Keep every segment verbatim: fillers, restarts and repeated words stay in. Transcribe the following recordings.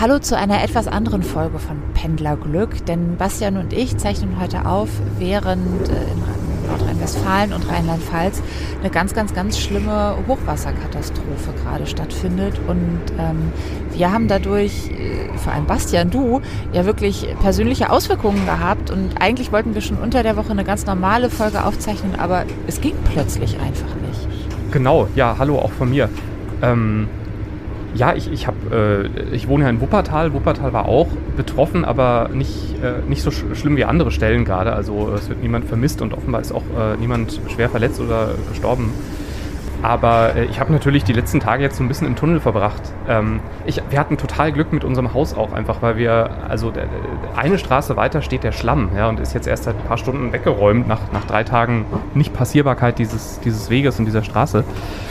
Hallo zu einer etwas anderen Folge von Pendlerglück, denn Bastian und ich zeichnen heute auf, während äh, in Nordrhein-Westfalen und Rheinland-Pfalz eine ganz, ganz, ganz schlimme Hochwasserkatastrophe gerade stattfindet. Und ähm, wir haben dadurch, äh, vor allem Bastian, du, ja wirklich persönliche Auswirkungen gehabt. Und eigentlich wollten wir schon unter der Woche eine ganz normale Folge aufzeichnen, aber es ging plötzlich einfach nicht. Genau, ja, hallo auch von mir. Ähm... Ja, ich, ich, hab, äh, ich wohne ja in Wuppertal. Wuppertal war auch betroffen, aber nicht, äh, nicht so sch- schlimm wie andere Stellen gerade. Also es wird niemand vermisst und offenbar ist auch äh, niemand schwer verletzt oder gestorben. Aber äh, ich habe natürlich die letzten Tage jetzt so ein bisschen im Tunnel verbracht. Ähm, ich, wir hatten total Glück mit unserem Haus auch einfach, weil wir, also der, eine Straße weiter steht der Schlamm, ja, und ist jetzt erst seit ein paar Stunden weggeräumt nach, nach drei Tagen Nichtpassierbarkeit dieses, dieses Weges und dieser Straße.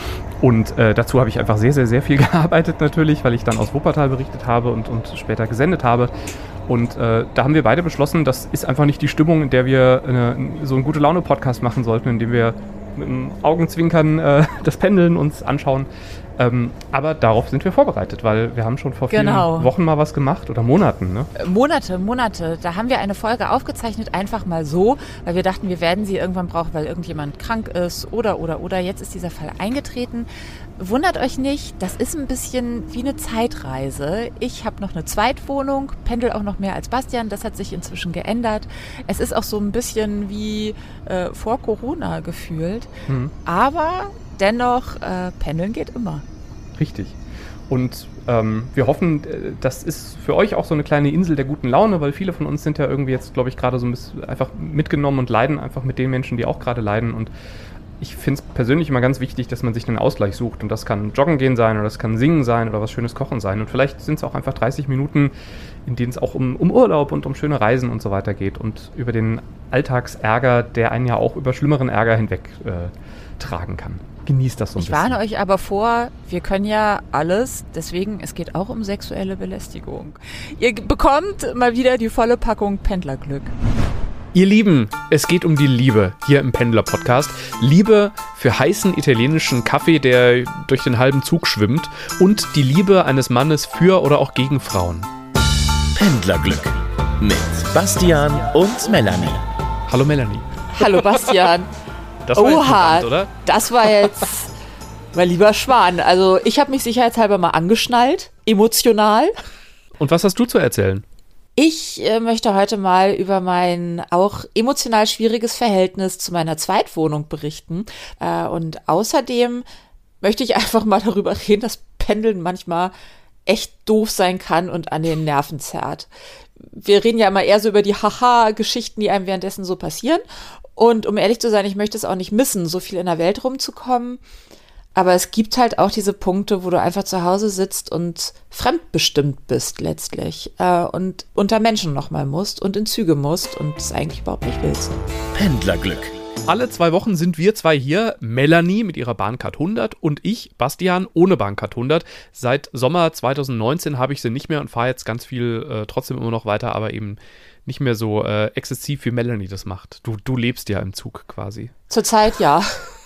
Und äh, dazu habe ich einfach sehr, sehr, sehr viel gearbeitet natürlich, weil ich dann aus Wuppertal berichtet habe und, und später gesendet habe. Und äh, da haben wir beide beschlossen, das ist einfach nicht die Stimmung, in der wir eine, so einen Gute-Laune-Podcast machen sollten, in dem wir mit dem Augenzwinkern äh, das Pendeln uns anschauen. Ähm, aber darauf sind wir vorbereitet, weil wir haben schon vor vielen Genau. Wochen mal was gemacht oder Monaten. Ne? Monate, Monate. Da haben wir eine Folge aufgezeichnet, einfach mal so, weil wir dachten, wir werden sie irgendwann brauchen, weil irgendjemand krank ist oder, oder, oder. Jetzt ist dieser Fall eingetreten. Wundert euch nicht, das ist ein bisschen wie eine Zeitreise. Ich habe noch eine Zweitwohnung, pendel auch noch mehr als Bastian. Das hat sich inzwischen geändert. Es ist auch so ein bisschen wie äh, vor Corona gefühlt. Mhm. Aber dennoch, äh, pendeln geht immer. Richtig. Und ähm, wir hoffen, das ist für euch auch so eine kleine Insel der guten Laune, weil viele von uns sind ja irgendwie jetzt, glaube ich, gerade so ein bisschen einfach mitgenommen und leiden einfach mit den Menschen, die auch gerade leiden. Und ich finde es persönlich immer ganz wichtig, dass man sich einen Ausgleich sucht. Und das kann Joggen gehen sein oder das kann Singen sein oder was Schönes Kochen sein. Und vielleicht sind es auch einfach dreißig Minuten, in denen es auch um, um Urlaub und um schöne Reisen und so weiter geht. Und über den Alltagsärger, der einen ja auch über schlimmeren Ärger hinweg äh, tragen kann. Genießt das so ein ich bisschen. Ich warne euch aber vor, wir können ja alles, deswegen, es geht auch um sexuelle Belästigung. Ihr bekommt mal wieder die volle Packung Pendlerglück. Ihr Lieben, es geht um die Liebe hier im Pendler-Podcast. Liebe für heißen italienischen Kaffee, der durch den halben Zug schwimmt, und die Liebe eines Mannes für oder auch gegen Frauen. Pendlerglück mit Bastian und Melanie. Hallo Melanie. Hallo Bastian. Das war Oha, jetzt oder? Das war jetzt, mein lieber Schwan. Also ich habe mich sicherheitshalber mal angeschnallt, emotional. Und was hast du zu erzählen? Ich äh, möchte heute mal über mein auch emotional schwieriges Verhältnis zu meiner Zweitwohnung berichten. Äh, und außerdem möchte ich einfach mal darüber reden, dass Pendeln manchmal echt doof sein kann und an den Nerven zerrt. Wir reden ja immer eher so über die Haha-Geschichten, die einem währenddessen so passieren. Und um ehrlich zu sein, ich möchte es auch nicht missen, so viel in der Welt rumzukommen. Aber es gibt halt auch diese Punkte, wo du einfach zu Hause sitzt und fremdbestimmt bist letztlich. Äh, und unter Menschen nochmal musst und in Züge musst und es eigentlich überhaupt nicht willst. Pendlerglück. Alle zwei Wochen sind wir zwei hier, Melanie mit ihrer Bahncard hundert und ich, Bastian, ohne Bahncard hundert. Seit Sommer zwanzig neunzehn habe ich sie nicht mehr und fahre jetzt ganz viel äh, trotzdem immer noch weiter, aber eben nicht mehr so äh, exzessiv, wie Melanie das macht. Du, du lebst ja im Zug quasi. Zurzeit ja.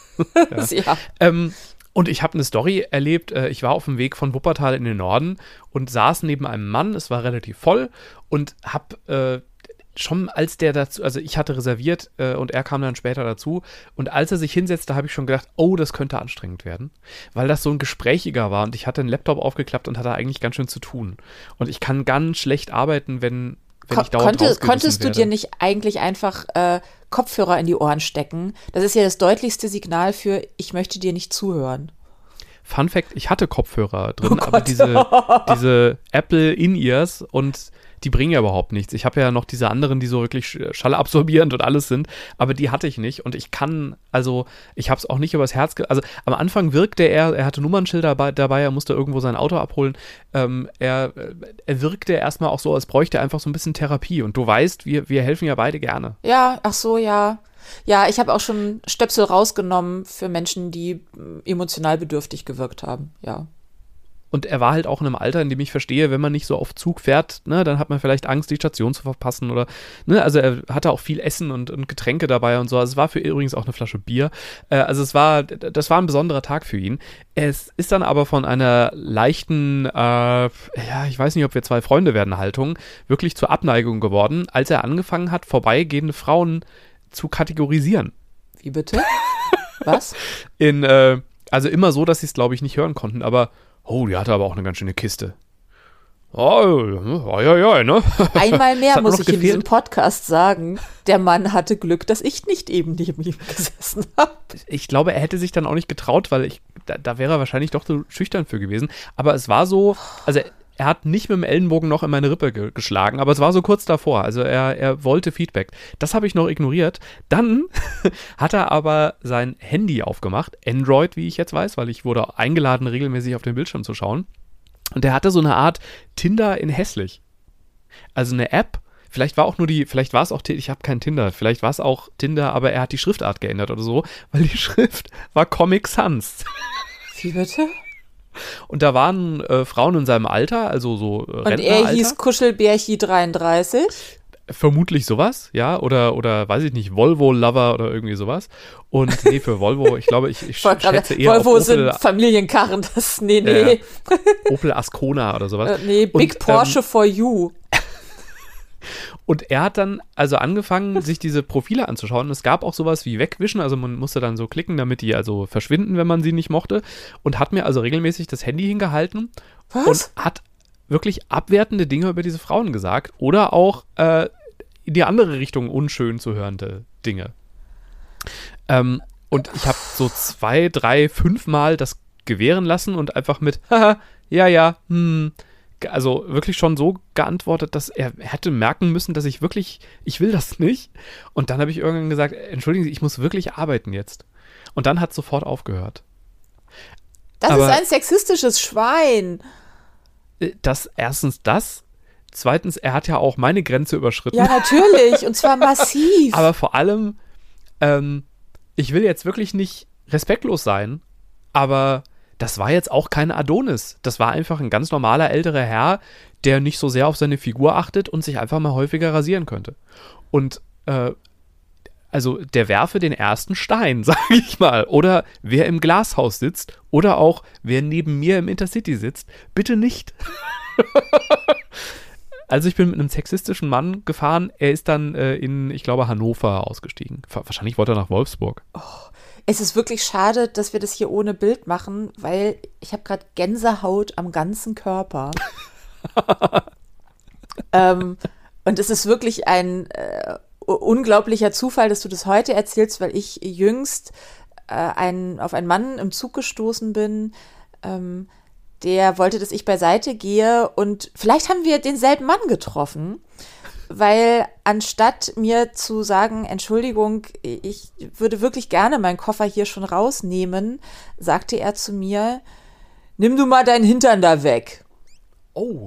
ja. ja. Ähm, und ich habe eine Story erlebt. Äh, ich war auf dem Weg von Wuppertal in den Norden und saß neben einem Mann. Es war relativ voll und habe äh, schon als der dazu, also ich hatte reserviert äh, und er kam dann später dazu. Und als er sich hinsetzte, habe ich schon gedacht, oh, das könnte anstrengend werden. Weil das so ein Gesprächiger war und ich hatte einen Laptop aufgeklappt und hatte eigentlich ganz schön zu tun. Und ich kann ganz schlecht arbeiten, wenn Wenn ich dauernd Konnte, konntest du werde. dir nicht eigentlich einfach äh, Kopfhörer in die Ohren stecken? Das ist ja das deutlichste Signal für, ich möchte dir nicht zuhören. Fun Fact, ich hatte Kopfhörer drin, Oh aber Gott. diese, diese Apple In-Ears und die bringen ja überhaupt nichts. Ich habe ja noch diese anderen, die so wirklich schallabsorbierend und alles sind, aber die hatte ich nicht und ich kann, also ich habe es auch nicht übers Herz, ge- also am Anfang wirkte er, er hatte Nummernschilder dabei, dabei er musste irgendwo sein Auto abholen, ähm, er, er wirkte erstmal auch so, als bräuchte er einfach so ein bisschen Therapie und du weißt, wir, wir helfen ja beide gerne. Ja, ach so, ja. Ja, ich habe auch schon Stöpsel rausgenommen für Menschen, die mm, emotional bedürftig gewirkt haben, ja. und er war halt auch in einem Alter, in dem ich verstehe, wenn man nicht so auf Zug fährt, ne, dann hat man vielleicht Angst, die Station zu verpassen oder, ne, also er hatte auch viel Essen und, und Getränke dabei und so. Also es war für ihn übrigens auch eine Flasche Bier. Äh, also es war, das war ein besonderer Tag für ihn. Es ist dann aber von einer leichten, äh, ja, ich weiß nicht, ob wir zwei Freunde werden Haltung, wirklich zur Abneigung geworden, als er angefangen hat, vorbeigehende Frauen zu kategorisieren. Wie bitte? Was? In, äh, also immer so, dass sie es, glaube ich, nicht hören konnten, aber, oh, die hatte aber auch eine ganz schöne Kiste. Oh, ja, ja, ne? Einmal mehr muss ich gefehlt. in diesem Podcast sagen, der Mann hatte Glück, dass ich nicht eben neben ihm gesessen habe. Ich glaube, er hätte sich dann auch nicht getraut, weil ich, da, da wäre er wahrscheinlich doch zu schüchtern für gewesen. Aber es war so, also er hat nicht mit dem Ellenbogen noch in meine Rippe ge- geschlagen, aber es war so kurz davor. Also er, er wollte Feedback. Das habe ich noch ignoriert. Dann hat er aber sein Handy aufgemacht, Android, wie ich jetzt weiß, weil ich wurde eingeladen, regelmäßig auf den Bildschirm zu schauen. Und er hatte so eine Art Tinder in hässlich. Also eine App, vielleicht war auch nur die, vielleicht war es auch, ich habe kein Tinder, vielleicht war es auch Tinder, aber er hat die Schriftart geändert oder so, weil die Schrift war Comic Sans. Wie bitte? Und da waren äh, Frauen in seinem Alter, also so äh, Und er hieß Kuschelbärchi dreiunddreißig? Vermutlich sowas, ja, oder, oder weiß ich nicht, Volvo-Lover oder irgendwie sowas. Und nee, für Volvo, ich glaube, ich, ich schätze eher Volvo auf Opel, sind Familienkarren, das, nee, nee. Ja, Opel Ascona oder sowas. Äh, nee, Big und, Porsche ähm, for you. Und er hat dann also angefangen, sich diese Profile anzuschauen. Es gab auch sowas wie Wegwischen, also man musste dann so klicken, damit die also verschwinden, wenn man sie nicht mochte. Und hat mir also regelmäßig das Handy hingehalten Was? und hat wirklich abwertende Dinge über diese Frauen gesagt oder auch äh, in die andere Richtung unschön zu hörende Dinge. Ähm, und ich habe so zwei, drei, fünf Mal das gewähren lassen und einfach mit, haha, ja, ja, hm, also wirklich schon so geantwortet, dass er hätte merken müssen, dass ich wirklich, ich will das nicht. Und dann habe ich irgendwann gesagt, entschuldigen Sie, ich muss wirklich arbeiten jetzt. Und dann hat es sofort aufgehört. Das Aber ist ein sexistisches Schwein. Das, erstens das, zweitens, er hat ja auch meine Grenze überschritten. Ja, natürlich, und zwar massiv. Aber vor allem, ähm, ich will jetzt wirklich nicht respektlos sein, aber das war jetzt auch kein Adonis. Das war einfach ein ganz normaler älterer Herr, der nicht so sehr auf seine Figur achtet und sich einfach mal häufiger rasieren könnte. Und äh, also der werfe den ersten Stein, sage ich mal. Oder wer im Glashaus sitzt oder auch wer neben mir im Intercity sitzt, bitte nicht. Also ich bin mit einem sexistischen Mann gefahren. Er ist dann äh, in, ich glaube, Hannover ausgestiegen. Wahrscheinlich wollte er nach Wolfsburg. Oh, es ist wirklich schade, dass wir das hier ohne Bild machen, weil ich habe gerade Gänsehaut am ganzen Körper. ähm, und es ist wirklich ein äh, unglaublicher Zufall, dass du das heute erzählst, weil ich jüngst äh, ein, auf einen Mann im Zug gestoßen bin, ähm, der wollte, dass ich beiseite gehe und vielleicht haben wir denselben Mann getroffen, weil anstatt mir zu sagen, Entschuldigung, ich würde wirklich gerne meinen Koffer hier schon rausnehmen, sagte er zu mir, nimm du mal deinen Hintern da weg. Oh.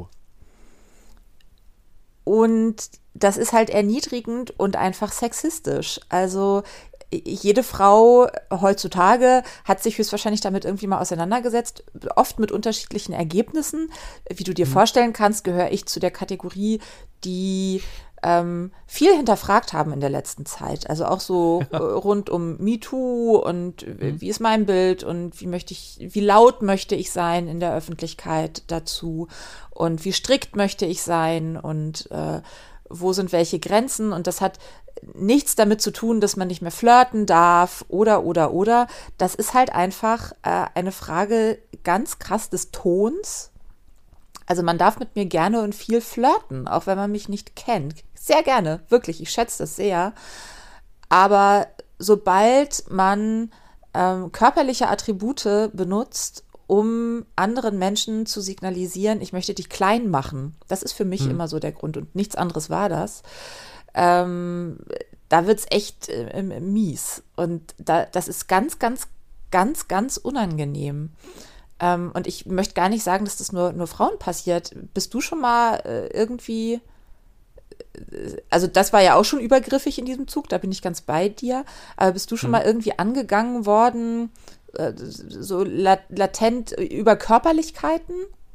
Und das ist halt erniedrigend und einfach sexistisch. Also jede Frau heutzutage hat sich höchstwahrscheinlich damit irgendwie mal auseinandergesetzt, oft mit unterschiedlichen Ergebnissen. Wie du dir mhm. vorstellen kannst, gehöre ich zu der Kategorie, die ähm, viel hinterfragt haben in der letzten Zeit. Also auch so ja. rund um MeToo und mhm. wie ist mein Bild und wie möchte ich, wie laut möchte ich sein in der Öffentlichkeit dazu und wie strikt möchte ich sein und äh, wo sind welche Grenzen, und das hat nichts damit zu tun, dass man nicht mehr flirten darf oder, oder, oder. Das ist halt einfach äh, eine Frage ganz krass des Tons. Also man darf mit mir gerne und viel flirten, auch wenn man mich nicht kennt. Sehr gerne, wirklich, ich schätze das sehr. Aber sobald man ähm, körperliche Attribute benutzt, um anderen Menschen zu signalisieren, ich möchte dich klein machen. Das ist für mich hm. immer so der Grund und nichts anderes war das. Ähm, da wird's echt äh, mies. Und da, das ist ganz, ganz, ganz, ganz unangenehm. Ähm, und ich möchte gar nicht sagen, dass das nur, nur Frauen passiert. Bist du schon mal äh, irgendwie, äh, also das war ja auch schon übergriffig in diesem Zug, da bin ich ganz bei dir, aber bist du schon hm. mal irgendwie angegangen worden, so latent über Körperlichkeiten?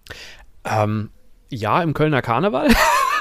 Ähm, ja, im Kölner Karneval.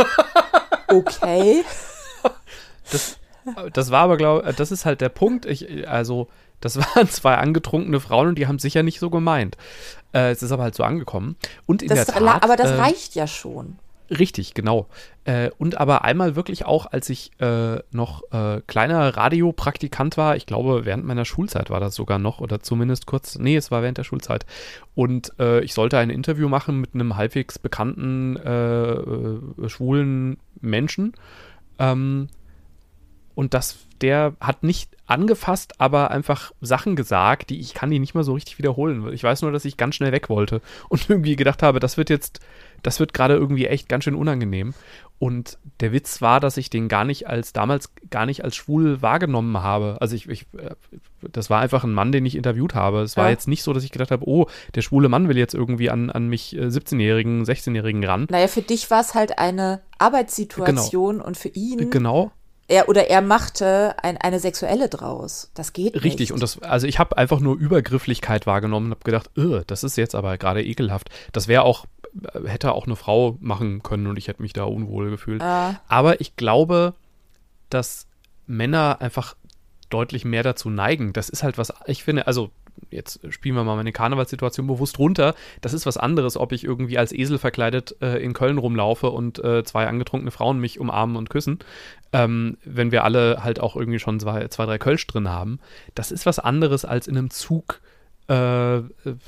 Okay. Das, das war aber, glaube ich, das ist halt der Punkt. Ich, also, das waren zwei angetrunkene Frauen und die haben sicher nicht so gemeint. Äh, es ist aber halt so angekommen. Und in Das, der Tat, aber das äh, reicht ja schon. Richtig, genau. Äh, und aber einmal wirklich auch, als ich äh, noch äh, kleiner Radiopraktikant war, ich glaube, während meiner Schulzeit war das sogar noch oder zumindest kurz, nee, es war während der Schulzeit. Und äh, ich sollte ein Interview machen mit einem halbwegs bekannten äh, äh, schwulen Menschen. Ähm, und das, der hat nicht angefasst, aber einfach Sachen gesagt, die ich kann die nicht mal so richtig wiederholen. Ich weiß nur, dass ich ganz schnell weg wollte und irgendwie gedacht habe, das wird jetzt, das wird gerade irgendwie echt ganz schön unangenehm. Und der Witz war, dass ich den gar nicht als, damals gar nicht als schwul wahrgenommen habe. Also ich, ich das war einfach ein Mann, den ich interviewt habe. Es war Ja. jetzt nicht so, dass ich gedacht habe, oh, der schwule Mann will jetzt irgendwie an, an mich äh, siebzehnjährigen, sechzehnjährigen ran. Naja, für dich war es halt eine Arbeitssituation und für ihn, Genau. er oder er machte ein, eine sexuelle draus. Das geht nicht. Richtig, und das, also ich habe einfach nur Übergrifflichkeit wahrgenommen und habe gedacht, "Ugh, das ist jetzt aber gerade ekelhaft. Das wäre auch, hätte auch eine Frau machen können und ich hätte mich da unwohl gefühlt. Ah. Aber ich glaube, dass Männer einfach deutlich mehr dazu neigen. Das ist halt was, ich finde, also jetzt spielen wir mal meine Karnevalssituation bewusst runter. Das ist was anderes, ob ich irgendwie als Esel verkleidet äh, in Köln rumlaufe und äh, zwei angetrunkene Frauen mich umarmen und küssen. Ähm, wenn wir alle halt auch irgendwie schon zwei, zwei, drei Kölsch drin haben. Das ist was anderes als in einem Zug äh, äh,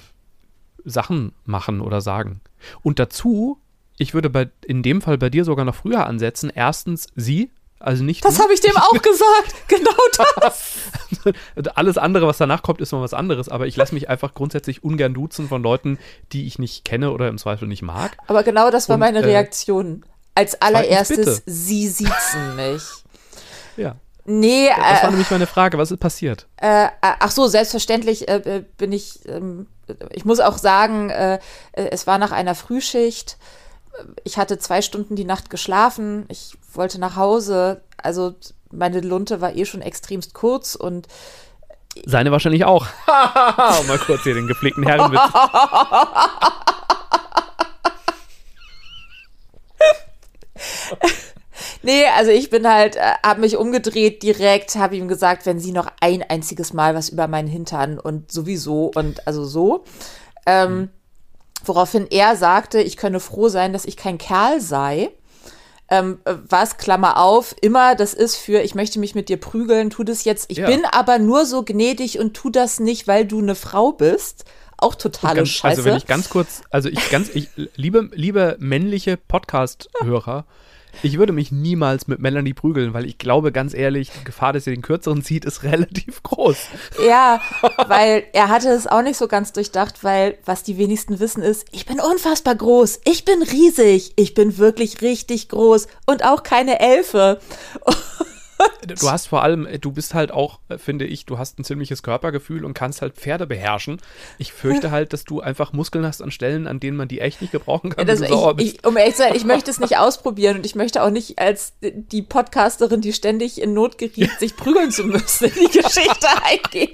Sachen machen oder sagen. Und dazu, ich würde bei, in dem Fall bei dir sogar noch früher ansetzen. Erstens sie, also nicht Das du. habe ich dem auch gesagt. Genau das. Alles andere, was danach kommt, ist noch was anderes. Aber ich lasse mich einfach grundsätzlich ungern duzen von Leuten, die ich nicht kenne oder im Zweifel nicht mag. Aber genau das war Und, meine äh, Reaktion. Als allererstes, bitte. sie siezen mich. Ja. Nee, Das war äh, nämlich meine Frage. Was ist passiert? äh, ach so, selbstverständlich äh, bin ich, ähm, ich muss auch sagen, äh, es war nach einer Frühschicht. Ich hatte zwei Stunden die Nacht geschlafen. Ich wollte nach Hause. Also meine Lunte war eh schon extremst kurz und Seine wahrscheinlich auch. Um mal kurz hier den gepflegten Herrenwitz. nee, also ich bin halt, äh, habe mich umgedreht direkt, habe ihm gesagt, wenn sie noch ein einziges Mal was über meinen Hintern und sowieso und also so. Ähm, mhm. Woraufhin er sagte, ich könne froh sein, dass ich kein Kerl sei. Ähm, was, Klammer auf, immer, das ist für, ich möchte mich mit dir prügeln, tu das jetzt. Ich Ja. bin aber nur so gnädig und tu das nicht, weil du eine Frau bist. Auch totale Ganz, Scheiße. also wenn ich ganz kurz, also ich ganz, ich liebe, liebe männliche Podcast-Hörer, ich würde mich niemals mit Melanie prügeln, weil ich glaube, ganz ehrlich, die Gefahr, dass ihr den kürzeren zieht, ist relativ groß. Ja, weil er hatte es auch nicht so ganz durchdacht, weil was die wenigsten wissen ist, ich bin unfassbar groß, ich bin riesig, ich bin wirklich richtig groß und auch keine Elfe. Du hast vor allem, du bist halt auch, finde ich, du hast ein ziemliches Körpergefühl und kannst halt Pferde beherrschen. Ich fürchte halt, dass du einfach Muskeln hast an Stellen, an denen man die echt nicht gebrauchen kann, Das, wenn du sauer ich, bist. ich, um ehrlich zu sein, ich möchte es nicht ausprobieren und ich möchte auch nicht als die Podcasterin, die ständig in Not geriet, sich prügeln zu müssen, in die Geschichte eingehen.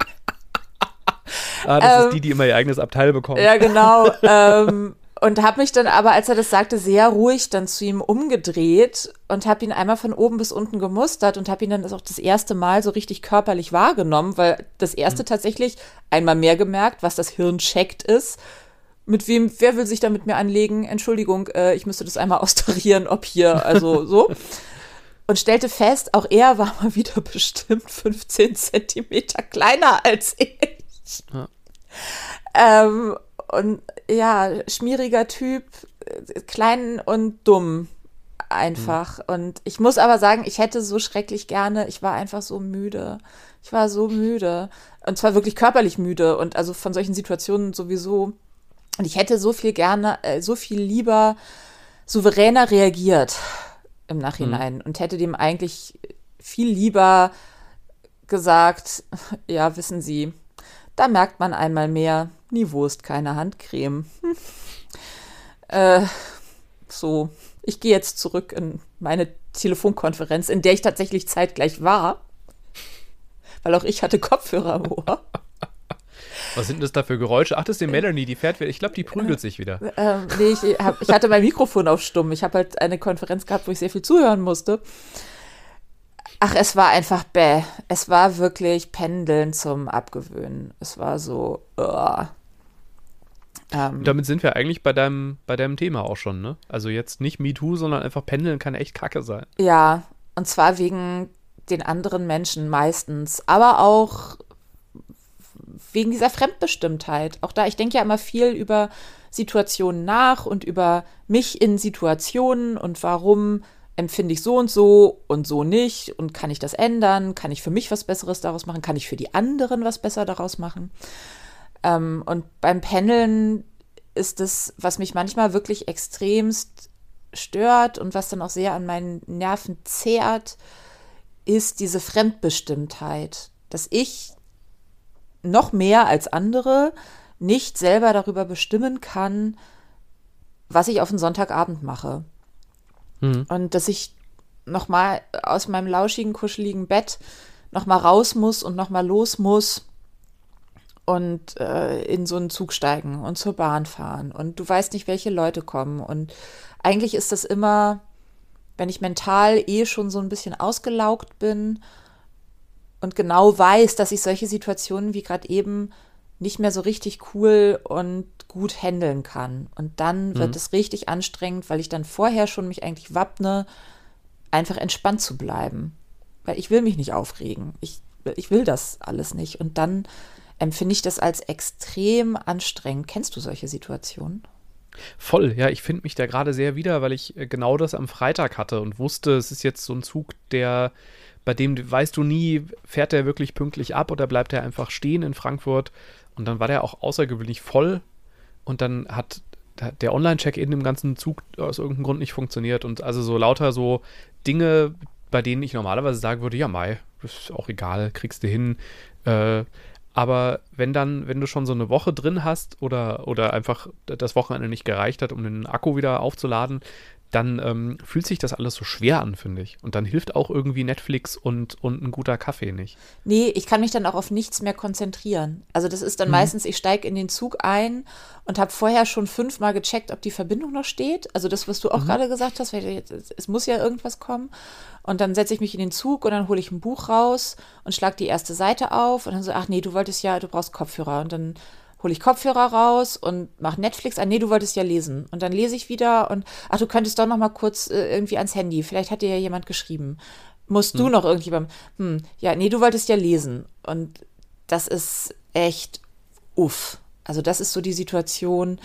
Ah, das ähm, ist die, die immer ihr eigenes Abteil bekommt. Ja, genau. ähm, und habe mich dann aber, als er das sagte, sehr ruhig dann zu ihm umgedreht und habe ihn einmal von oben bis unten gemustert und habe ihn dann das auch das erste Mal so richtig körperlich wahrgenommen, weil das erste mhm. tatsächlich einmal mehr gemerkt, was das Hirn checkt ist. Mit wem, wer will sich da mit mir anlegen? Entschuldigung, äh, ich müsste das einmal austarieren, ob hier, also so. Und stellte fest, auch er war mal wieder bestimmt fünfzehn Zentimeter kleiner als ich. Ja. Ähm, und ja, schmieriger Typ, klein und dumm einfach. Mhm. Und ich muss aber sagen, ich hätte so schrecklich gerne, ich war einfach so müde. Ich war so müde. Und zwar wirklich körperlich müde und also von solchen Situationen sowieso. Und ich hätte so viel gerne, äh, so viel lieber souveräner reagiert im Nachhinein mhm. und hätte dem eigentlich viel lieber gesagt, ja, wissen Sie, da merkt man einmal mehr, Niveau ist keine Handcreme. Hm. Äh, so, ich gehe jetzt zurück in meine Telefonkonferenz, in der ich tatsächlich zeitgleich war, weil auch ich hatte Kopfhörer im Ohr. Was sind das da für Geräusche? Ach, das ist die Melanie, die fährt wieder. Ich glaube, die prügelt sich wieder. Ähm, nee, ich, hab, ich hatte mein Mikrofon auf stumm. Ich habe halt eine Konferenz gehabt, wo ich sehr viel zuhören musste. Ach, es war einfach bäh. Es war wirklich Pendeln zum Abgewöhnen. Es war so, uh. ähm, Damit sind wir eigentlich bei deinem, bei deinem Thema auch schon, ne? Also jetzt nicht MeToo, sondern einfach Pendeln kann echt kacke sein. Ja, und zwar wegen den anderen Menschen meistens, aber auch wegen dieser Fremdbestimmtheit. Auch da, ich denke ja immer viel über Situationen nach und über mich in Situationen und warum empfinde ich so und so und so nicht und kann ich das ändern? Kann ich für mich was Besseres daraus machen? Kann ich für die anderen was besser daraus machen? Ähm, und beim Pendeln ist es, was mich manchmal wirklich extremst stört und was dann auch sehr an meinen Nerven zehrt, ist diese Fremdbestimmtheit, dass ich noch mehr als andere nicht selber darüber bestimmen kann, was ich auf den Sonntagabend mache. Mhm. Und dass ich noch mal aus meinem lauschigen, kuscheligen Bett noch mal raus muss und noch mal los muss und äh, in so einen Zug steigen und zur Bahn fahren. Und du weißt nicht, welche Leute kommen. Und eigentlich ist das immer, wenn ich mental eh schon so ein bisschen ausgelaugt bin und genau weiß, dass ich solche Situationen wie gerade eben nicht mehr so richtig cool und gut handeln kann. Und dann wird mhm. es richtig anstrengend, weil ich dann vorher schon mich eigentlich wappne, einfach entspannt zu bleiben. Weil ich will mich nicht aufregen. Ich, ich will das alles nicht. Und dann empfinde ich das als extrem anstrengend. Kennst du solche Situationen? Voll, ja, ich finde mich da gerade sehr wieder, weil ich genau das am Freitag hatte und wusste, es ist jetzt so ein Zug, der, bei dem weißt du nie, fährt der wirklich pünktlich ab oder bleibt er einfach stehen in Frankfurt? Und dann war der auch außergewöhnlich voll und dann hat der Online-Check-In im ganzen Zug aus irgendeinem Grund nicht funktioniert und also so lauter so Dinge, bei denen ich normalerweise sagen würde, ja Mai, ist auch egal, kriegst du hin, äh, aber wenn dann, wenn du schon so eine Woche drin hast oder, oder einfach das Wochenende nicht gereicht hat, um den Akku wieder aufzuladen, dann ähm, fühlt sich das alles so schwer an, finde ich. Und dann hilft auch irgendwie Netflix und, und ein guter Kaffee nicht. Nee, ich kann mich dann auch auf nichts mehr konzentrieren. Also das ist dann mhm. meistens, ich steige in den Zug ein und habe vorher schon fünfmal gecheckt, ob die Verbindung noch steht. Also das, was du auch mhm. gerade gesagt hast, weil jetzt, es muss ja irgendwas kommen. Und dann setze ich mich in den Zug und dann hole ich ein Buch raus und schlage die erste Seite auf und dann so, ach nee, du wolltest ja, du brauchst Kopfhörer. Und dann hole ich Kopfhörer raus und mache Netflix an. Nee, du wolltest ja lesen. Und dann lese ich wieder und, ach, du könntest doch noch mal kurz äh, irgendwie ans Handy. Vielleicht hat dir ja jemand geschrieben. Musst hm. du noch irgendjemandem? Hm, ja, nee, du wolltest ja lesen. Und das ist echt uff. Also das ist so die Situation,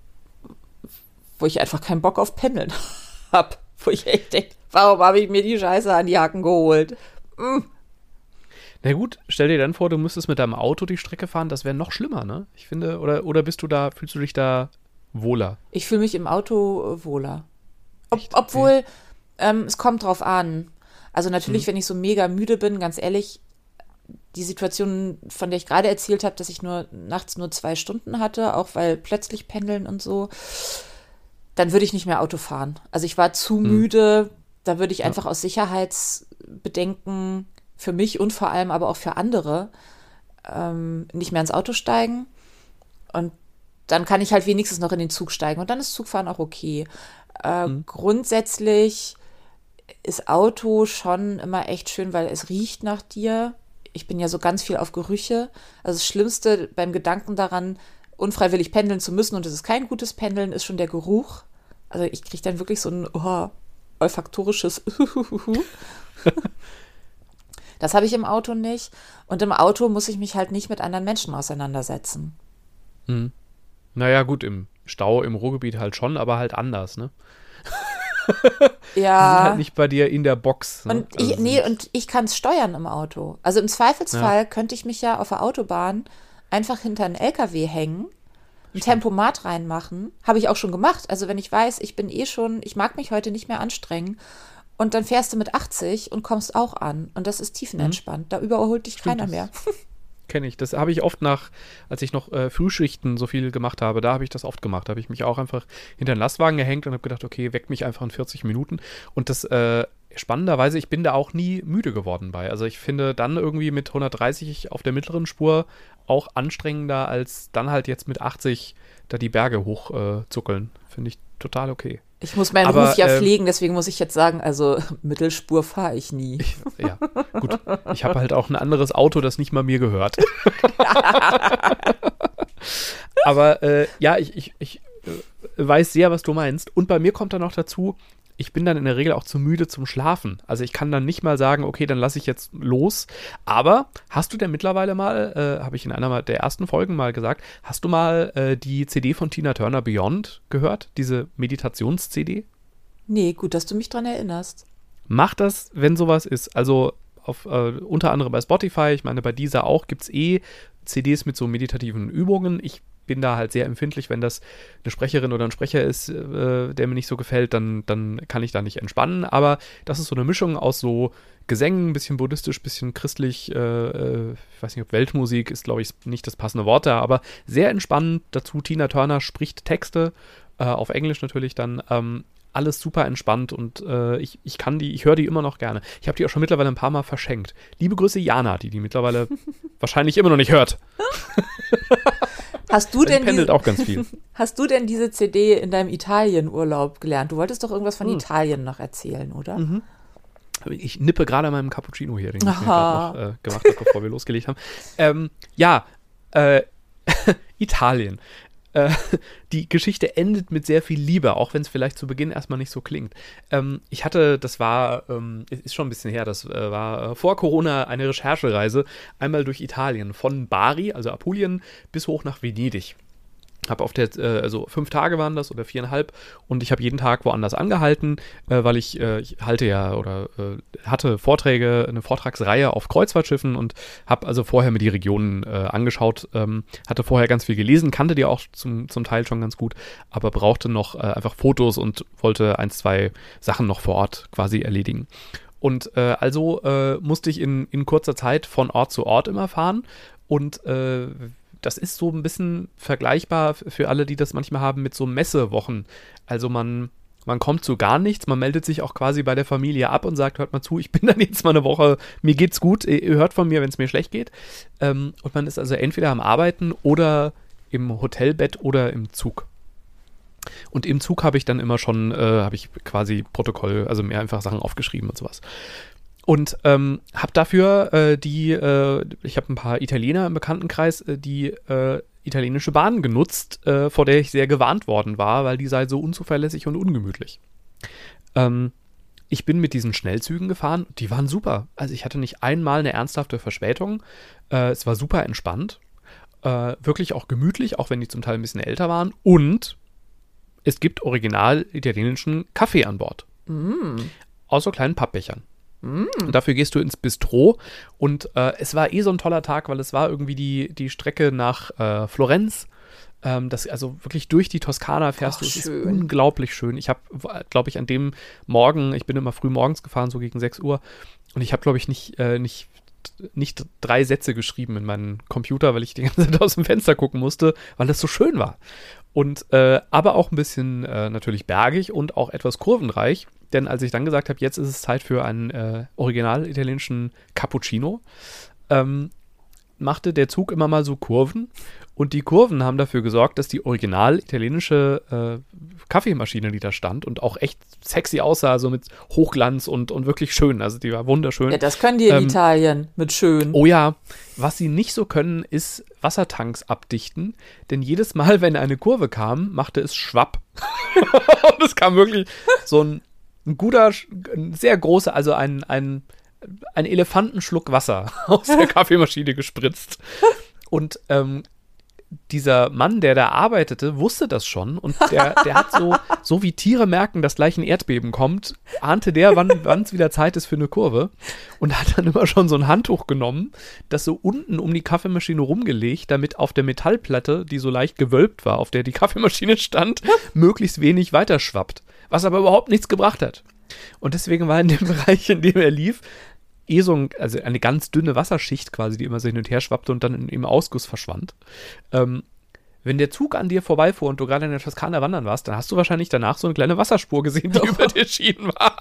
wo ich einfach keinen Bock auf Pendeln habe. Wo ich echt denke, warum habe ich mir die Scheiße an die Hacken geholt? Mm. Na gut, stell dir dann vor, du müsstest mit deinem Auto die Strecke fahren, das wäre noch schlimmer, ne? Ich finde, oder, oder bist du da, fühlst du dich da wohler? Ich fühle mich im Auto äh, wohler. Ob, obwohl, ähm, es kommt drauf an. Also natürlich, hm. wenn ich so mega müde bin, ganz ehrlich, die Situation, von der ich gerade erzählt habe, dass ich nur nachts nur zwei Stunden hatte, auch weil plötzlich pendeln und so, dann würde ich nicht mehr Auto fahren. Also ich war zu hm. müde, da würde ich einfach ja. aus Sicherheitsbedenken für mich und vor allem aber auch für andere ähm, nicht mehr ins Auto steigen. Und dann kann ich halt wenigstens noch in den Zug steigen. Und dann ist Zugfahren auch okay. Äh, mhm. Grundsätzlich ist Auto schon immer echt schön, weil es riecht nach dir. Ich bin ja so ganz viel auf Gerüche. Also das Schlimmste beim Gedanken daran, unfreiwillig pendeln zu müssen, und es ist kein gutes Pendeln, ist schon der Geruch. Also ich kriege dann wirklich so ein oh, olfaktorisches Das habe ich im Auto nicht. Und im Auto muss ich mich halt nicht mit anderen Menschen auseinandersetzen. Hm. Naja, gut, im Stau, im Ruhrgebiet halt schon, aber halt anders, ne? Ja. Die sind halt nicht bei dir in der Box. Ne? Und ich, also nee, und ich kann es steuern im Auto. Also im Zweifelsfall ja. könnte ich mich ja auf der Autobahn einfach hinter einen L K W hängen, ein Tempomat reinmachen. Habe ich auch schon gemacht. Also wenn ich weiß, ich bin eh schon, ich mag mich heute nicht mehr anstrengen. Und dann fährst du mit achtzig und kommst auch an. Und das ist tiefenentspannt. Mhm. Da überholt dich Stimmt, keiner mehr. Kenne ich. Das habe ich oft nach, als ich noch äh, Frühschichten so viel gemacht habe, da habe ich das oft gemacht. Da habe ich mich auch einfach hinter den Lastwagen gehängt und habe gedacht, okay, weck mich einfach in vierzig Minuten. Und das, äh, spannenderweise, ich bin da auch nie müde geworden bei. Also ich finde dann irgendwie mit hundertdreißig auf der mittleren Spur auch anstrengender, als dann halt jetzt mit achtzig da die Berge hochzuckeln. Äh, zuckeln. Finde ich total okay. Ich muss meinen Aber, Ruf ja ähm, pflegen, deswegen muss ich jetzt sagen, also Mittelspur fahre ich nie. Ich, ja, gut. Ich habe halt auch ein anderes Auto, das nicht mal mir gehört. Aber äh, ja, ich, ich, ich äh, weiß sehr, was du meinst. Und bei mir kommt dann noch dazu, ich bin dann in der Regel auch zu müde zum Schlafen. Also ich kann dann nicht mal sagen, okay, dann lasse ich jetzt los. Aber hast du denn mittlerweile mal, äh, habe ich in einer der ersten Folgen mal gesagt, hast du mal äh, die C D von Tina Turner Beyond gehört? Diese Meditations-C D? Nee, gut, dass du mich dran erinnerst. Mach das, wenn sowas ist. Also auf, äh, unter anderem bei Spotify, ich meine bei dieser auch, gibt es eh C Ds mit so meditativen Übungen. Ich bin da halt sehr empfindlich, wenn das eine Sprecherin oder ein Sprecher ist, äh, der mir nicht so gefällt, dann, dann kann ich da nicht entspannen. Aber das ist so eine Mischung aus so Gesängen, ein bisschen buddhistisch, ein bisschen christlich, äh, äh, ich weiß nicht, ob Weltmusik ist, glaube ich, nicht das passende Wort da, aber sehr entspannend. Dazu Tina Turner spricht Texte, äh, auf Englisch natürlich dann, ähm, alles super entspannt und äh, ich, ich kann die, ich höre die immer noch gerne. Ich habe die auch schon mittlerweile ein paar Mal verschenkt. Liebe Grüße Jana, die die mittlerweile wahrscheinlich immer noch nicht hört. Hast du denn die pendelt die, auch ganz viel. Hast du denn diese C D in deinem Italienurlaub gelernt? Du wolltest doch irgendwas von hm. Italien noch erzählen, oder? Mhm. Ich nippe gerade an meinem Cappuccino hier, den ich mir gerade noch äh, gemacht habe, bevor wir losgelegt haben. Ähm, ja, äh, Italien. Äh, die Geschichte endet mit sehr viel Liebe, auch wenn es vielleicht zu Beginn erstmal nicht so klingt. Ähm, ich hatte, das war, ähm, ist schon ein bisschen her, das äh, war äh, vor Corona eine Recherchereise, einmal durch Italien, von Bari, also Apulien, bis hoch nach Venedig. Habe auf der, äh, also fünf Tage waren das oder viereinhalb und ich habe jeden Tag woanders angehalten, äh, weil ich, äh, ich halte ja oder äh, hatte Vorträge, eine Vortragsreihe auf Kreuzfahrtschiffen und habe also vorher mir die Regionen äh, angeschaut, ähm, hatte vorher ganz viel gelesen, kannte die auch zum, zum Teil schon ganz gut, aber brauchte noch äh, einfach Fotos und wollte ein, zwei Sachen noch vor Ort quasi erledigen. Und äh, also äh, musste ich in, in kurzer Zeit von Ort zu Ort immer fahren und äh, das ist so ein bisschen vergleichbar für alle, die das manchmal haben, mit so Messewochen. Also man, man kommt zu gar nichts, man meldet sich auch quasi bei der Familie ab und sagt, hört mal zu, ich bin dann jetzt mal eine Woche, mir geht's gut, ihr hört von mir, wenn es mir schlecht geht. Ähm, und man ist also entweder am Arbeiten oder im Hotelbett oder im Zug. Und im Zug habe ich dann immer schon, äh, habe ich quasi Protokoll, also mir einfach Sachen aufgeschrieben und sowas. Und ähm, habe dafür äh, die, äh, ich habe ein paar Italiener im Bekanntenkreis, äh, die äh, italienische Bahn genutzt, äh, vor der ich sehr gewarnt worden war, weil die sei so unzuverlässig und ungemütlich. Ähm, ich bin mit diesen Schnellzügen gefahren, die waren super. Also ich hatte nicht einmal eine ernsthafte Verspätung. Äh, es war super entspannt, äh, wirklich auch gemütlich, auch wenn die zum Teil ein bisschen älter waren. Und es gibt original italienischen Kaffee an Bord. Mm. Aus so kleinen Pappbechern. Mm. Und dafür gehst du ins Bistro und äh, es war eh so ein toller Tag, weil es war irgendwie die, die Strecke nach äh, Florenz. Ähm, das, also wirklich durch die Toskana fährst Ach, du. Es ist schön. unglaublich schön. Ich habe, glaube ich, an dem Morgen, ich bin immer früh morgens gefahren, so gegen sechs Uhr. Und ich habe, glaube ich, nicht, äh, nicht, nicht drei Sätze geschrieben in meinen Computer, weil ich die ganze Zeit aus dem Fenster gucken musste, weil das so schön war. Und äh, aber auch ein bisschen äh, natürlich bergig und auch etwas kurvenreich. Denn als ich dann gesagt habe, jetzt ist es Zeit für einen äh, original italienischen Cappuccino, ähm, machte der Zug immer mal so Kurven. Und die Kurven haben dafür gesorgt, dass die original italienische äh, Kaffeemaschine, die da stand und auch echt sexy aussah, so mit Hochglanz und, und wirklich schön. Also die war wunderschön. Ja, das können die in Ähm, Italien mit schön. Oh ja, was sie nicht so können, ist Wassertanks abdichten. Denn jedes Mal, wenn eine Kurve kam, machte es schwapp. Und es kam wirklich so ein, ein guter, ein sehr großer, also ein, ein, ein Elefantenschluck Wasser aus der Kaffeemaschine gespritzt. Und ähm, dieser Mann, der da arbeitete, wusste das schon und der, der hat so, so wie Tiere merken, dass gleich ein Erdbeben kommt, ahnte der, wann es wieder Zeit ist für eine Kurve und hat dann immer schon so ein Handtuch genommen, das so unten um die Kaffeemaschine rumgelegt, damit auf der Metallplatte, die so leicht gewölbt war, auf der die Kaffeemaschine stand, möglichst wenig weiterschwappt, was aber überhaupt nichts gebracht hat. Und deswegen war in dem Bereich, in dem er lief, eh so ein, also eine ganz dünne Wasserschicht quasi, die immer so hin und her schwappte und dann in, im Ausguss verschwand. Ähm, wenn der Zug an dir vorbeifuhr und du gerade in der Toskana wandern warst, dann hast du wahrscheinlich danach so eine kleine Wasserspur gesehen, die über dir Schienen war.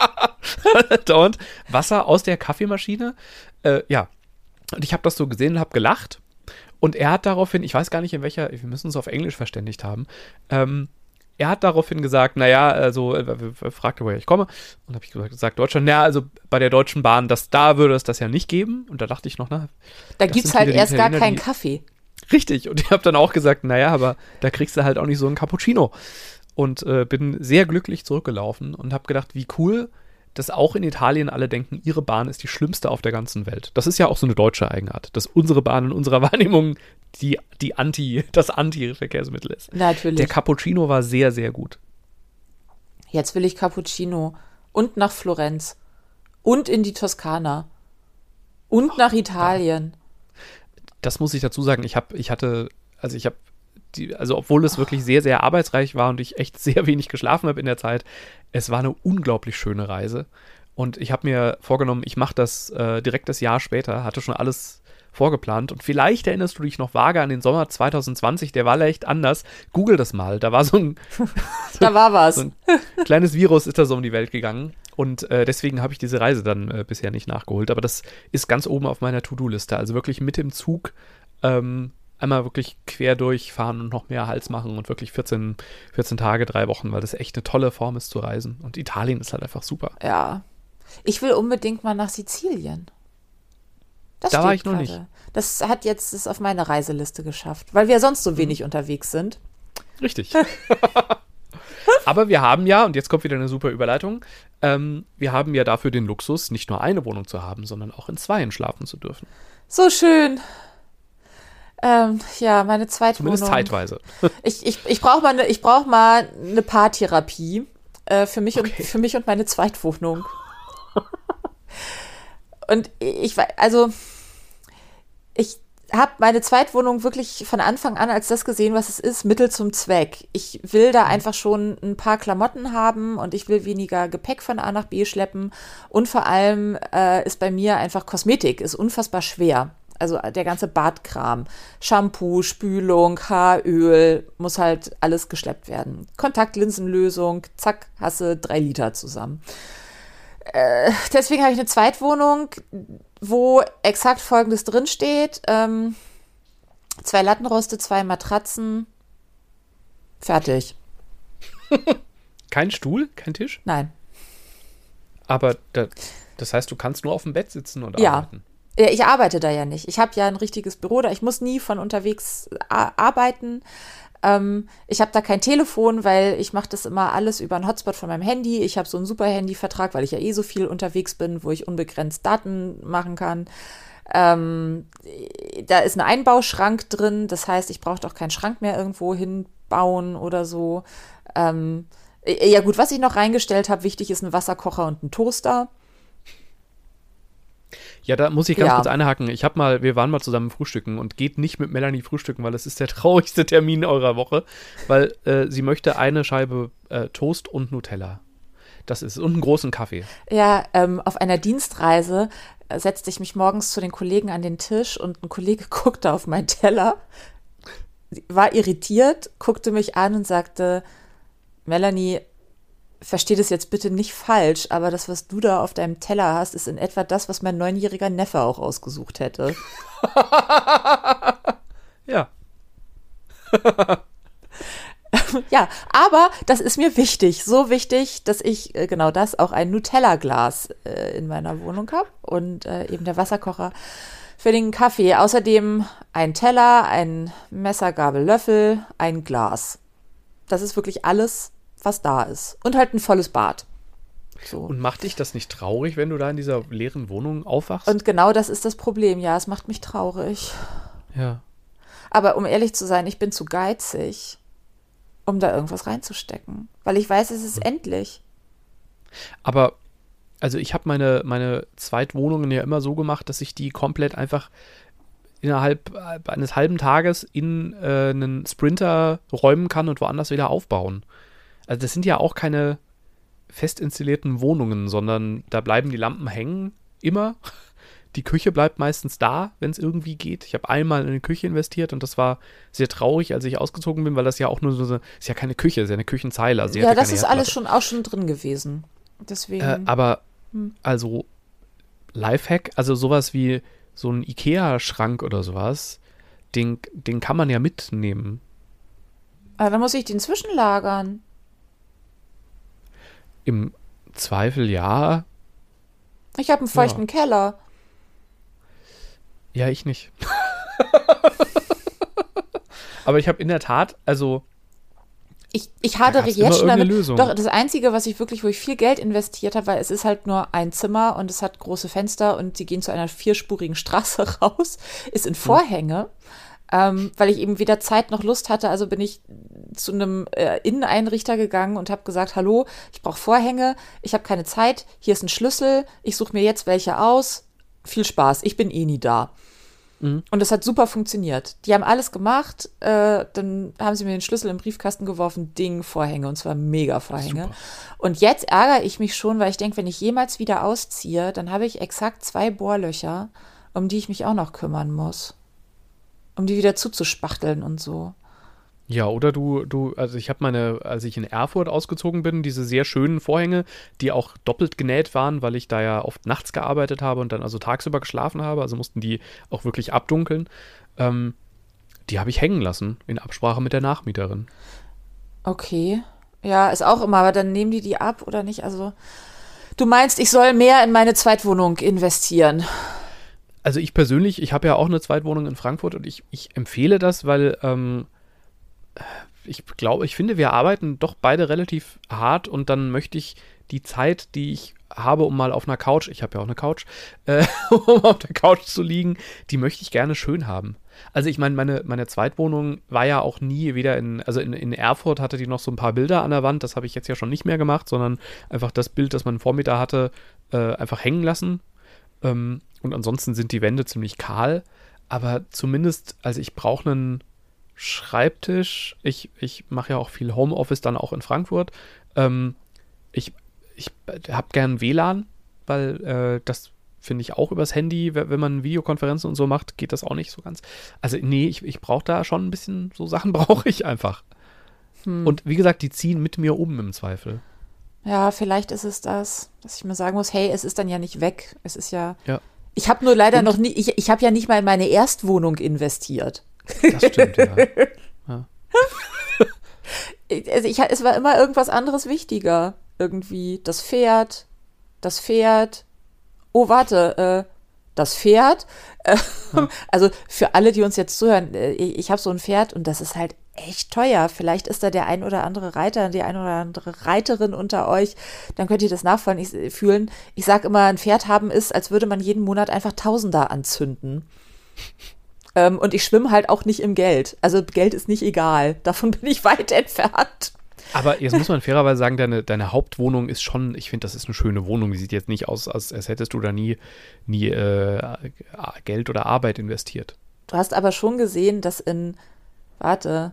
dauernd Wasser aus der Kaffeemaschine. Äh, ja, und ich habe das so gesehen und habe gelacht. Und er hat daraufhin, ich weiß gar nicht in welcher, wir müssen uns auf Englisch verständigt haben, ähm, er hat daraufhin gesagt, naja, also, er fragte, woher ich komme. Und habe ich gesagt, Deutschland, naja, also bei der Deutschen Bahn, das, da würde es das ja nicht geben. Und da dachte ich noch, na. Da gibt es halt erst gar keinen Kaffee. Richtig. Und ich habe dann auch gesagt, naja, aber da kriegst du halt auch nicht so einen Cappuccino. Und äh, bin sehr glücklich zurückgelaufen und habe gedacht, wie cool, dass auch in Italien alle denken, ihre Bahn ist die schlimmste auf der ganzen Welt. Das ist ja auch so eine deutsche Eigenart, dass unsere Bahn in unserer Wahrnehmung die, die Anti, das Anti-Verkehrsmittel ist. Natürlich. Der Cappuccino war sehr, sehr gut. Jetzt will ich Cappuccino. Und nach Florenz. Und in die Toskana. Und oh, nach Italien. Das muss ich dazu sagen. Ich habe, ich hatte, also ich habe Die, also obwohl es wirklich sehr, sehr arbeitsreich war und ich echt sehr wenig geschlafen habe in der Zeit, es war eine unglaublich schöne Reise. Und ich habe mir vorgenommen, ich mache das äh, direkt das Jahr später, hatte schon alles vorgeplant. Und vielleicht erinnerst du dich noch vage an den Sommer zwanzig zwanzig, der war leicht anders. Google das mal, da war so ein, da war was. So ein kleines Virus ist da so um die Welt gegangen. Und äh, deswegen habe ich diese Reise dann äh, bisher nicht nachgeholt. Aber das ist ganz oben auf meiner To-Do-Liste. Also wirklich mit dem Zug ähm, einmal wirklich quer durchfahren und noch mehr Hals machen und wirklich vierzehn, vierzehn Tage, drei Wochen, weil das echt eine tolle Form ist zu reisen. Und Italien ist halt einfach super. Ja. Ich will unbedingt mal nach Sizilien. Das da war ich noch grade. nicht. Das hat jetzt es auf meine Reiseliste geschafft, weil wir sonst so wenig mhm. unterwegs sind. Richtig. Aber wir haben ja, und jetzt kommt wieder eine super Überleitung, ähm, wir haben ja dafür den Luxus, nicht nur eine Wohnung zu haben, sondern auch in zweien schlafen zu dürfen. So schön. Ähm, ja, meine Zweitwohnung. Zumindest zeitweise. Ich, ich, ich brauche mal eine brauch mal eine Paartherapie äh, für, mich okay. und, für mich und meine Zweitwohnung. Und ich, also, ich habe meine Zweitwohnung wirklich von Anfang an als das gesehen, was es ist, Mittel zum Zweck. Ich will da einfach schon ein paar Klamotten haben und ich will weniger Gepäck von A nach B schleppen. Und vor allem äh, ist bei mir einfach Kosmetik, ist unfassbar schwer. Also der ganze Badkram, Shampoo, Spülung, Haaröl, muss halt alles geschleppt werden. Kontaktlinsenlösung, zack, hast du drei Liter zusammen. Äh, deswegen habe ich eine Zweitwohnung, wo exakt Folgendes drinsteht. Ähm, zwei Lattenroste, zwei Matratzen, fertig. Kein Stuhl, kein Tisch? Nein. Aber da, das heißt, du kannst nur auf dem Bett sitzen und ja. arbeiten? Ja, ich arbeite da ja nicht. Ich habe ja ein richtiges Büro da. Ich muss nie von unterwegs a- arbeiten. Ähm, ich habe da kein Telefon, weil ich mache das immer alles über einen Hotspot von meinem Handy. Ich habe so einen super Handyvertrag, weil ich ja eh so viel unterwegs bin, wo ich unbegrenzt Daten machen kann. Ähm, da ist ein Einbauschrank drin. Das heißt, ich brauche doch keinen Schrank mehr irgendwo hinbauen oder so. Ähm, ja gut, was ich noch reingestellt habe, wichtig ist ein Wasserkocher und ein Toaster. Ja, da muss ich ganz ja. kurz einhaken. Ich habe mal, wir waren mal zusammen frühstücken und geht nicht mit Melanie frühstücken, weil es ist der traurigste Termin eurer Woche, weil äh, sie möchte eine Scheibe äh, Toast und Nutella. Das ist und einen großen Kaffee. Ja, ähm, auf einer Dienstreise äh, setzte ich mich morgens zu den Kollegen an den Tisch und ein Kollege guckte auf meinen Teller, war irritiert, guckte mich an und sagte, Melanie, versteh das jetzt bitte nicht falsch, aber das, was du da auf deinem Teller hast, ist in etwa das, was mein neunjähriger Neffe auch ausgesucht hätte. Ja. Ja, aber das ist mir wichtig, so wichtig, dass ich äh, genau das, auch ein Nutella-Glas äh, in meiner Wohnung habe und äh, eben der Wasserkocher für den Kaffee. Außerdem ein Teller, ein Messer, Gabel, Löffel, ein Glas. Das ist wirklich alles, was da ist. Und halt ein volles Bad. So. Und macht dich das nicht traurig, wenn du da in dieser leeren Wohnung aufwachst? Und genau das ist das Problem. Ja, es macht mich traurig. Ja. Aber um ehrlich zu sein, ich bin zu geizig, um da irgendwas reinzustecken. Weil ich weiß, es ist hm. endlich. Aber, also ich habe meine, meine Zweitwohnungen ja immer so gemacht, dass ich die komplett einfach innerhalb eines halben Tages in äh, einen Sprinter räumen kann und woanders wieder aufbauen. Also das sind ja auch keine fest installierten Wohnungen, sondern da bleiben die Lampen hängen, immer. Die Küche bleibt meistens da, wenn es irgendwie geht. Ich habe einmal in eine Küche investiert und das war sehr traurig, als ich ausgezogen bin, weil das ja auch nur so, so ist ja keine Küche, ist ja eine Küchenzeile. Also ja, das ist alles schon auch schon drin gewesen. Deswegen. Äh, aber Hm. Also Lifehack, also sowas wie so ein Ikea-Schrank oder sowas, den, den kann man ja mitnehmen. Aber dann muss ich den zwischenlagern. Im Zweifel ja. Ich habe einen feuchten Ja. Keller. Ja, ich nicht. Aber ich habe in der Tat, also Ich, ich hadere gab's immer jetzt schon irgendeine damit. Lösung. Doch, das Einzige, was ich wirklich, wo ich viel Geld investiert habe, weil es ist halt nur ein Zimmer und es hat große Fenster und sie gehen zu einer vierspurigen Straße raus, ist in Vorhänge. Ähm, weil ich eben weder Zeit noch Lust hatte, also bin ich zu einem äh, Inneneinrichter gegangen und habe gesagt, hallo, ich brauche Vorhänge, ich habe keine Zeit, hier ist ein Schlüssel, ich suche mir jetzt welche aus, viel Spaß, ich bin eh nie da. Mhm. Und das hat super funktioniert. Die haben alles gemacht, äh, dann haben sie mir den Schlüssel im Briefkasten geworfen, Ding, Vorhänge, und zwar mega Vorhänge. Super. Und jetzt ärgere ich mich schon, weil ich denke, wenn ich jemals wieder ausziehe, dann habe ich exakt zwei Bohrlöcher, um die ich mich auch noch kümmern muss. Um die wieder zuzuspachteln und so. ja, oder du, du, also ich habe meine, als ich in Erfurt ausgezogen bin, diese sehr schönen Vorhänge, die auch doppelt genäht waren, weil ich da ja oft nachts gearbeitet habe und dann also tagsüber geschlafen habe, also mussten die auch wirklich abdunkeln. Ähm, die habe ich hängen lassen, in Absprache mit der Nachmieterin. Okay. Ja, ist auch immer, aber dann nehmen die die ab oder nicht? Also, du meinst, ich soll mehr in meine Zweitwohnung investieren. Also ich persönlich, ich habe ja auch eine Zweitwohnung in Frankfurt und ich, ich empfehle das, weil ähm, ich glaube, ich finde, wir arbeiten doch beide relativ hart und dann möchte ich die Zeit, die ich habe, um mal auf einer Couch, ich habe ja auch eine Couch, äh, um auf der Couch zu liegen, die möchte ich gerne schön haben. Also ich meine, meine, meine Zweitwohnung war ja auch nie wieder in, also in, in Erfurt hatte die noch so ein paar Bilder an der Wand, das habe ich jetzt ja schon nicht mehr gemacht, sondern einfach das Bild, das mein Vormieter hatte, äh, einfach hängen lassen. Ähm, und ansonsten sind die Wände ziemlich kahl, aber zumindest, also ich brauche einen Schreibtisch, ich, ich mache ja auch viel Homeoffice dann auch in Frankfurt, ähm, ich, ich habe gern W L A N, weil äh, das finde ich auch übers Handy, wenn man Videokonferenzen und so macht, geht das auch nicht so ganz. Also nee, ich, ich brauche da schon ein bisschen, so Sachen brauche ich einfach. Hm. Und wie gesagt, die ziehen mit mir um im Zweifel. Ja, vielleicht ist es das, dass ich mir sagen muss, hey, es ist dann ja nicht weg. Es ist ja. Ja. Ich habe nur leider Und? noch nie, ich, ich habe ja nicht mal in meine Erstwohnung investiert. Das stimmt, ja. ja. Also ich, es war immer irgendwas anderes wichtiger. Irgendwie das Pferd, das Pferd. Oh, warte, äh, das Pferd. Äh, Ja. Also für alle, die uns jetzt zuhören, äh, ich, ich habe so ein Pferd und das ist halt echt teuer. Vielleicht ist da der ein oder andere Reiter, die ein oder andere Reiterin unter euch. Dann könnt ihr das nachfühlen. Ich, fühlen. Ich sage immer, ein Pferd haben ist, als würde man jeden Monat einfach Tausender anzünden. Ähm, und ich schwimme halt auch nicht im Geld. Also Geld ist nicht egal. Davon bin ich weit entfernt. Aber jetzt muss man fairerweise sagen, deine, deine Hauptwohnung ist schon, ich finde, das ist eine schöne Wohnung. Die sieht jetzt nicht aus, als, als hättest du da nie, nie äh, Geld oder Arbeit investiert. Du hast aber schon gesehen, dass in, warte,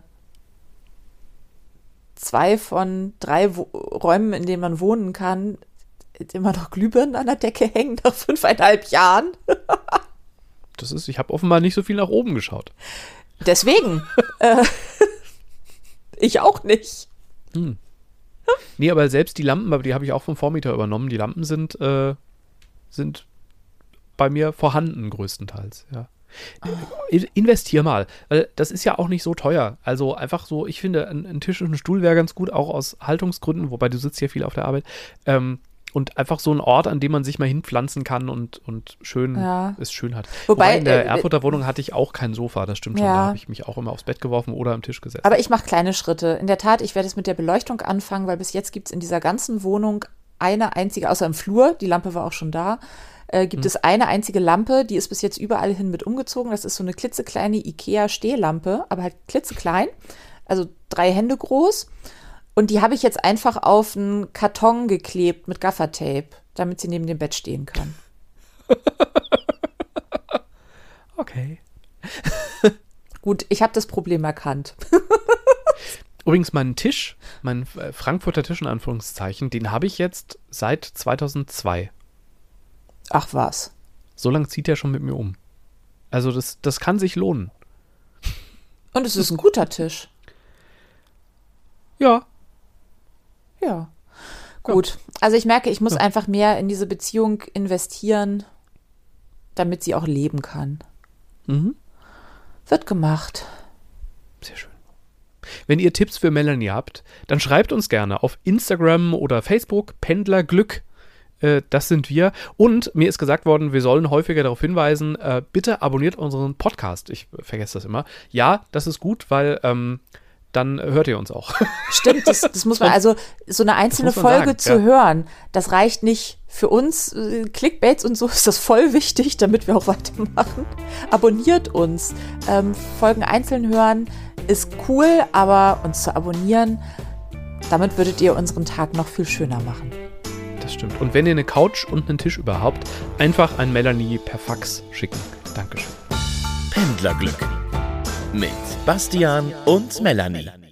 zwei von drei Wo- Räumen, in denen man wohnen kann, immer noch Glühbirnen an der Decke hängen nach fünfeinhalb Jahren. Das ist, ich habe offenbar nicht so viel nach oben geschaut. Deswegen. äh, ich auch nicht. Hm. Nee, aber selbst die Lampen, aber die habe ich auch vom Vormieter übernommen. Die Lampen sind, äh, sind bei mir vorhanden größtenteils, ja. In- Investier mal, weil das ist ja auch nicht so teuer. Also einfach so, ich finde, ein, ein Tisch und ein Stuhl wäre ganz gut, auch aus Haltungsgründen, wobei du sitzt ja viel auf der Arbeit. Ähm, und einfach so ein Ort, an dem man sich mal hinpflanzen kann und, und schön Ja. es schön hat. Wobei, Wobei in der äh, Erfurter Wohnung hatte ich auch kein Sofa, das stimmt schon. Ja. Da habe ich mich auch immer aufs Bett geworfen oder am Tisch gesetzt. Aber ich mache kleine Schritte. In der Tat, ich werde es mit der Beleuchtung anfangen, weil bis jetzt gibt es in dieser ganzen Wohnung eine einzige, außer im Flur, die Lampe war auch schon da, äh, gibt Hm. es eine einzige Lampe, die ist bis jetzt überall hin mit umgezogen. Das ist so eine klitzekleine Ikea-Stehlampe, aber halt klitzeklein, also drei Hände groß. Und die habe ich jetzt einfach auf einen Karton geklebt mit Gaffertape, damit sie neben dem Bett stehen kann. Okay. Gut, ich habe das Problem erkannt. Übrigens, meinen Tisch, meinen äh, Frankfurter Tisch in Anführungszeichen, den habe ich jetzt seit zweitausendzwei. Ach was. So lange zieht er schon mit mir um. Also das, das kann sich lohnen. Und es ist ein guter Tisch. Ja. Ja. Gut, also ich merke, ich muss einfach mehr in diese Beziehung investieren, damit sie auch leben kann. Mhm. Wird gemacht. Sehr schön. Wenn ihr Tipps für Melanie habt, dann schreibt uns gerne auf Instagram oder Facebook, Pendlerglück. Äh, das sind wir. Und mir ist gesagt worden, wir sollen häufiger darauf hinweisen, äh, bitte abonniert unseren Podcast. Ich vergesse das immer. Ja, das ist gut, weil ähm, dann hört ihr uns auch. Stimmt, das, das muss man, also so eine einzelne Folge sagen, zu ja. hören, das reicht nicht für uns. Clickbaits und so ist das voll wichtig, damit wir auch weitermachen. Abonniert uns. Ähm, Folgen einzeln hören ist cool, aber uns zu abonnieren, damit würdet ihr unseren Tag noch viel schöner machen. Das stimmt. Und wenn ihr eine Couch und einen Tisch überhaupt, einfach an Melanie per Fax schicken. Dankeschön. Pendlerglück mit Bastian und Melanie.